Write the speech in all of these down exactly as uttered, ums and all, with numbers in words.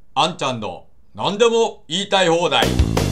あんちゃんの何でも言いたい放題。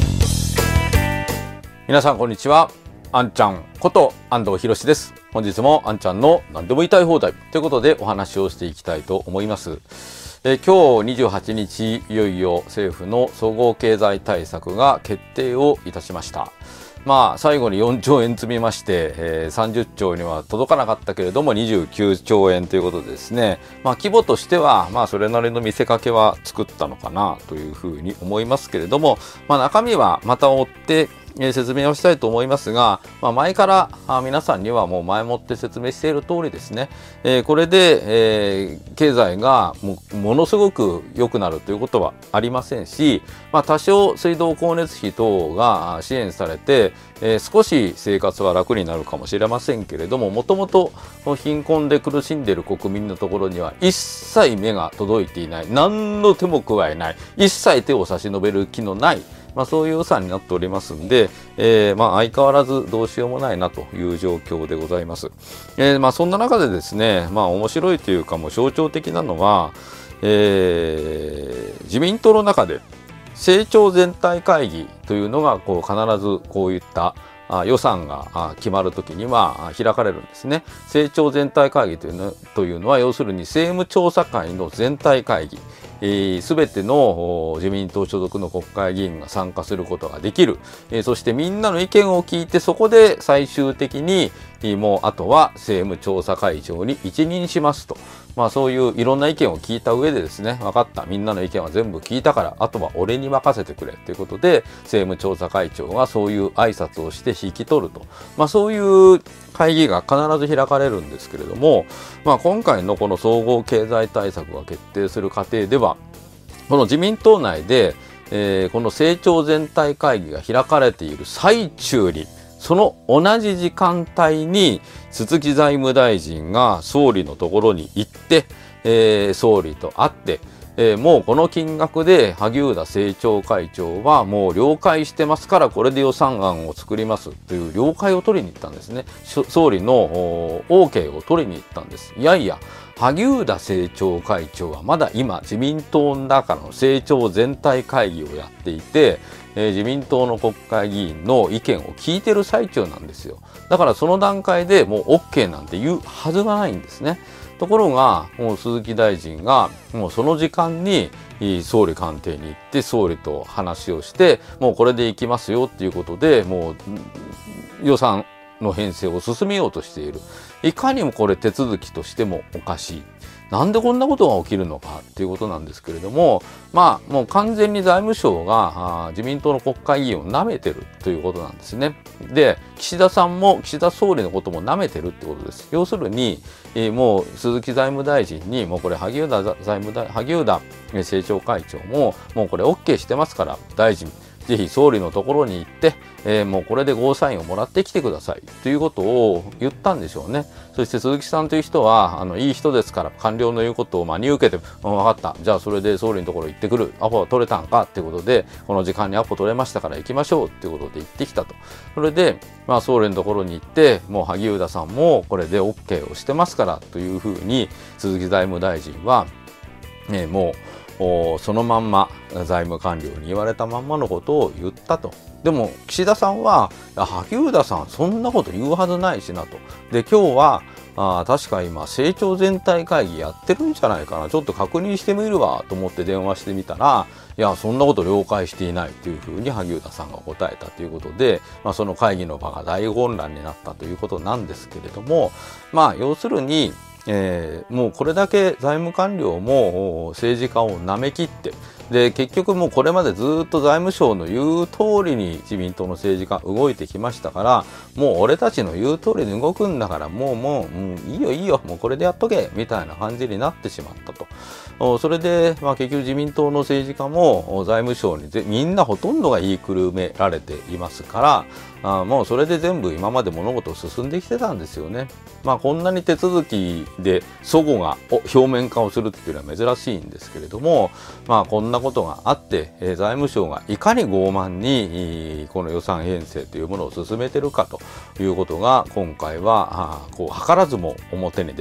皆さんこんにちは。あんちゃんこと安藤博です。本日もあんちゃんの何でも言いたい放題ということでお話をしていきたいと思います。えー、今日にじゅうはちにち、いよいよ政府の総合経済対策が決定をいたしました。まあ最後によんちょうえん積みまして、えー、さんじゅっちょうには届かなかったけれどもにじゅうきゅうちょうえんということでですね、まあ規模としてはまあそれなりの見せかけは作ったのかなというふうに思いますけれども、まあ中身はまた追ってえー、説明をしたいと思いますが、まあ、前からあ皆さんにはもう前もって説明している通りですね、えー、これで、えー、経済が も, ものすごく良くなるということはありませんし、まあ、多少水道光熱費等が支援されて、えー、少し生活は楽になるかもしれませんけれども、もともと貧困で苦しんでいる国民のところには一切目が届いていない、何の手も加えない、一切手を差し伸べる気のない、まあ、そういう予算になっておりますんで、えー、まあ相変わらずどうしようもないなという状況でございます。えー、まあそんな中でですね、まあ面白いというかもう象徴的なのは、えー、自民党の中で成長全体会議というのがこう必ずこういったあ予算が決まるときには開かれるんですね。成長全体会議というの、というのは要するに政務調査会の全体会議。すべ、えー、ての自民党所属の国会議員が参加することができる、えー、そしてみんなの意見を聞いてそこで最終的にもうあとは政務調査会長に一任しますと、まあそういういろんな意見を聞いた上でですね、分かった、みんなの意見は全部聞いたからあとは俺に任せてくれということで政務調査会長がそういう挨拶をして引き取ると、まあそういう会議が必ず開かれるんですけれども、まあ今回のこの総合経済対策が決定する過程ではこの自民党内で、えー、この成長全体会議が開かれている最中にその同じ時間帯に鈴木財務大臣が総理のところに行って、えー、総理と会って、えー、もうこの金額で萩生田政調会長はもう了解してますからこれで予算案を作りますという了解を取りに行ったんですね。総理の OK を取りに行ったんです。いやいや萩生田政調会長はまだ今自民党の中の政調全体会議をやっていて、えー、自民党の国会議員の意見を聞いてる最中なんですよ。だからその段階でもう OK なんて言うはずがないんですね。ところがもう鈴木大臣がもうその時間に総理官邸に行って総理と話をしてもうこれでいきますよっていうことでもう予算の編成を進めようとしている。いかにもこれ手続きとしてもおかしい。なんでこんなことが起きるのかっていうことなんですけれども、まあもう完全に財務省が自民党の国会議員を舐めてるということなんですね。で、岸田さんも岸田総理のことも舐めてるってことです。要するに、えー、もう鈴木財務大臣にもうこれ萩生田財務大萩生田政調会長ももうこれ OK してますから大臣ぜひ総理のところに行って、えー、もうこれでゴーサインをもらってきてくださいということを言ったんでしょうね。そして鈴木さんという人はあのいい人ですから官僚の言うことを真に受けて、うん、分かったじゃあそれで総理のところ行ってくるアポは取れたんかっていうことでこの時間にアポ取れましたから行きましょうっていうことで行ってきたと。それで、まあ、総理のところに行ってもう萩生田さんもこれで OK をしてますからというふうに鈴木財務大臣は、ね、もうそのまんま財務官僚に言われたまんまのことを言ったと。でも岸田さんは萩生田さんそんなこと言うはずないしなと。で今日はあ確か今成長全体会議やってるんじゃないかなちょっと確認してみるわと思って電話してみたらいやそんなこと了解していないというふうに萩生田さんが答えたということで、まあ、その会議の場が大混乱になったということなんですけれども、まあ要するにえー、もうこれだけ財務官僚も政治家を舐め切ってで結局もうこれまでずっと財務省の言う通りに自民党の政治家動いてきましたからもう俺たちの言う通りに動くんだからもうもう、うん、いいよいいよもうこれでやっとけみたいな感じになってしまったと。それで、まあ、結局自民党の政治家も財務省にみんなほとんどが言いくるめられていますからあもうそれで全部今まで物事を進んできてたんですよね。まあこんなに手続きで齟齬が表面化をするっていうのは珍しいんですけれどもまあこんなことがあって、えー、財務省がいかに傲慢にこの予算編成というものを進めているかということが今回はあこう図らずも表に出た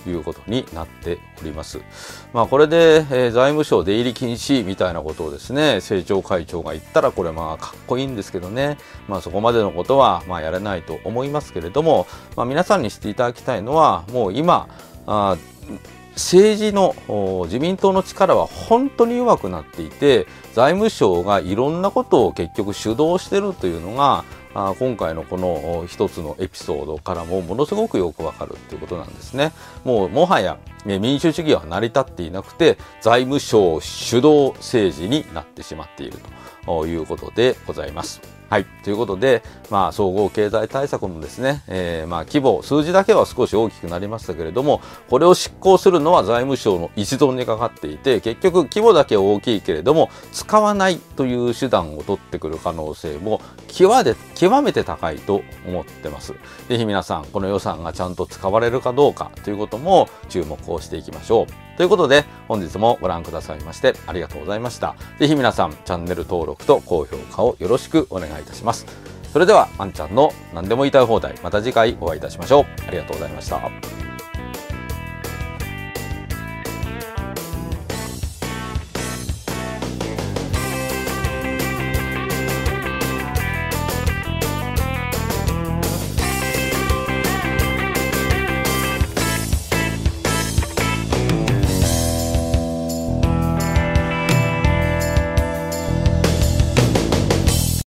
いうことになっております。まあこれで、えー、財務省出入り禁止みたいなことをですね、政調会長が言ったらこれまあかっこいいんですけどね、まあそこまでのことはまあやれないと思いますけれども、まあ皆さんに知っていただきたいのは、もう今、あ政治の自民党の力は本当に弱くなっていて、財務省がいろんなことを結局主導しているというのが、あ今回のこの一つのエピソードからもものすごくよくわかるということなんですね。もうもはや民主主義は成り立っていなくて、財務省主導政治になってしまっているということでございます。はい。ということで、まあ、総合経済対策もですね、えー、まあ、規模、数字だけは少し大きくなりましたけれども、これを執行するのは財務省の一存にかかっていて、結局規模だけ大きいけれども、使わないという手段を取ってくる可能性も極めて、極めて高いと思ってます。ぜひ皆さん、この予算がちゃんと使われるかどうかということも注目をしていきましょう。ということで、本日もご覧くださいましてありがとうございました。ぜひ皆さん、チャンネル登録と高評価をよろしくお願いいたします。それでは、あんちゃんの何でも言いたい放題、また次回お会いいたしましょう。ありがとうございました。